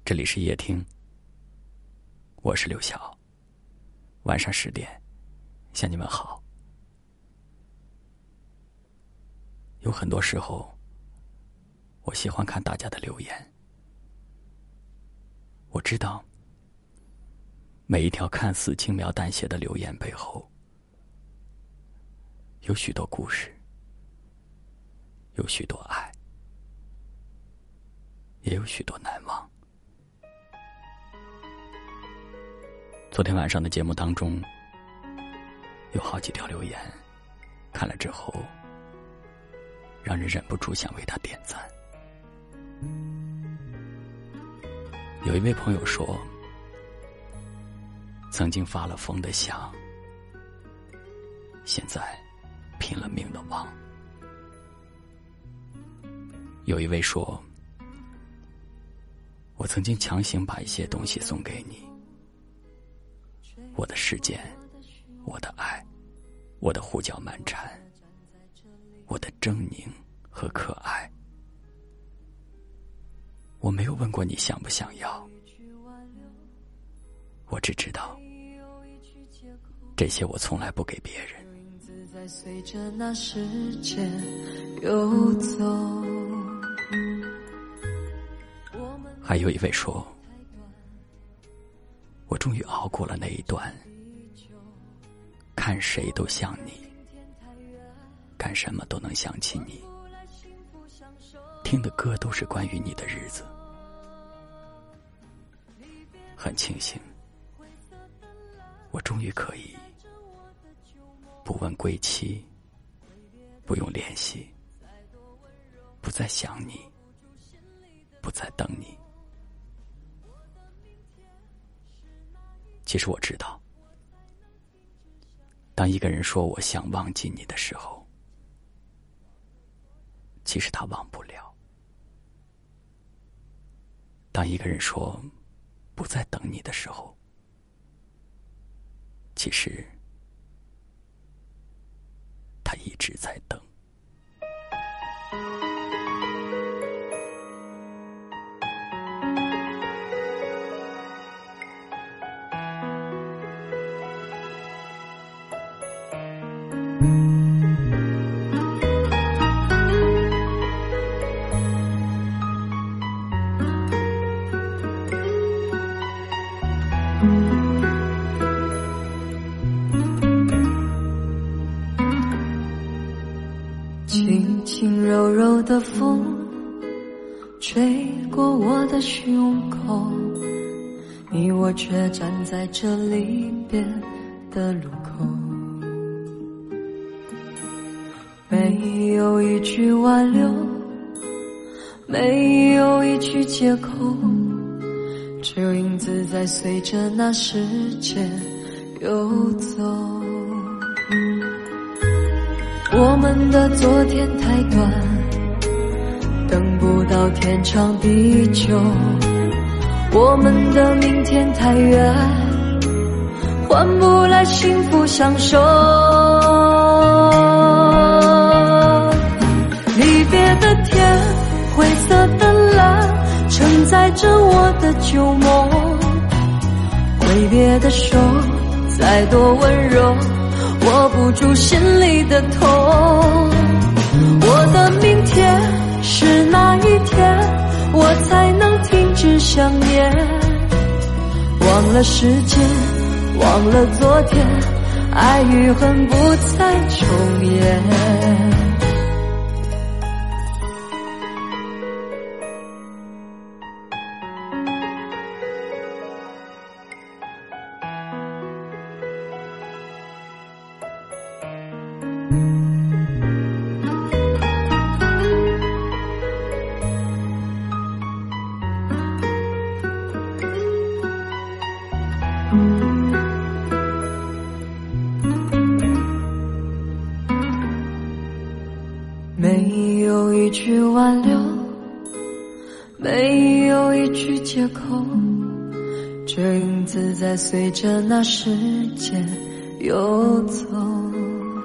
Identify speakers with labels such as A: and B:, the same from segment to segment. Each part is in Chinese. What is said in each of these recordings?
A: 这里是夜听，我是刘晓。晚上10点向你们好。有很多时候，我喜欢看大家的留言。我知道，每一条看似轻描淡写的留言背后，有许多故事，有许多爱，也有许多难忘。昨天晚上的节目当中，有好几条留言，看了之后，让人忍不住想为他点赞。有一位朋友说，曾经发了疯的想，现在拼了命的忘。有一位说，我曾经强行把一些东西送给你，我的时间，我的爱，我的胡搅蛮缠，我的狰狞和可爱。我没有问过你想不想要，我只知道这些我从来不给别人。
B: 在随着那时间游走。
A: 还有一位说，我终于熬过了那一段看谁都像你，干什么都能想起你，听的歌都是关于你的日子。很庆幸，我终于可以不问归期，不用联系，不再想你，不再等你。其实我知道，当一个人说我想忘记你的时候，其实他忘不了。当一个人说不再等你的时候，其实他一直在等。
B: 轻轻柔柔的风吹过我的胸口，你我却站在这离别的路口。没有一句挽留，没有一句借口，只有影子在随着那时间游走。我们的昨天太短，等不到天长地久，我们的明天太远，换不来幸福相守。离别的天，灰色的蓝，承载着我的旧梦。挥别的手，再多温柔，握不住心里的痛。我的明天是哪一天，我才能停止想念？忘了时间，忘了昨天，爱与恨不再重演。没有一句挽留，没有一句借口，这影子在随着那时间游走。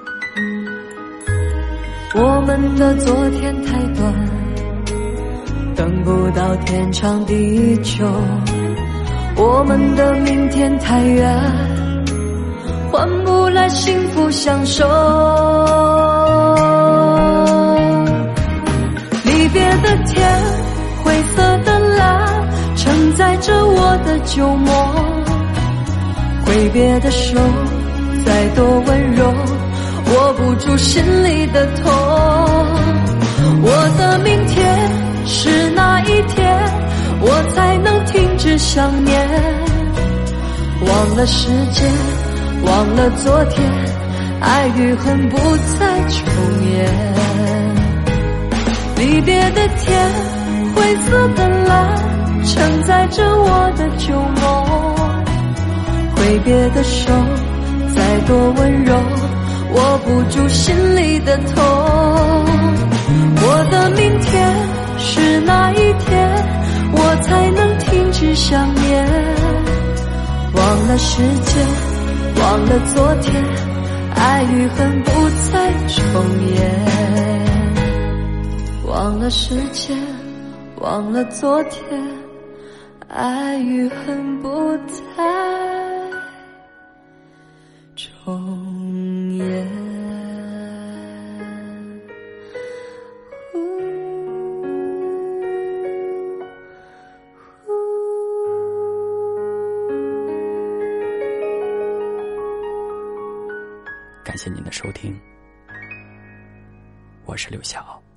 B: 我们的昨天太短， 等不到天长地久，我们的明天太远，换不来幸福相守。离别的天，灰色的蓝，承载着我的旧梦。挥别的手，再多温柔，握不住心里的痛。我的明天是哪一天，我才能停止想念？忘了时间，忘了昨天，爱与恨不再重演。离别的天，灰色的蓝，承载着我的旧梦。挥别的手，再多温柔，握不住心里的痛。我的明天是哪一天，我才能停止想念？忘了时间，忘了昨天，爱与恨不再重演。忘了时间，忘了昨天，爱与恨不再重演。
A: 感谢您的收听，我是刘晓。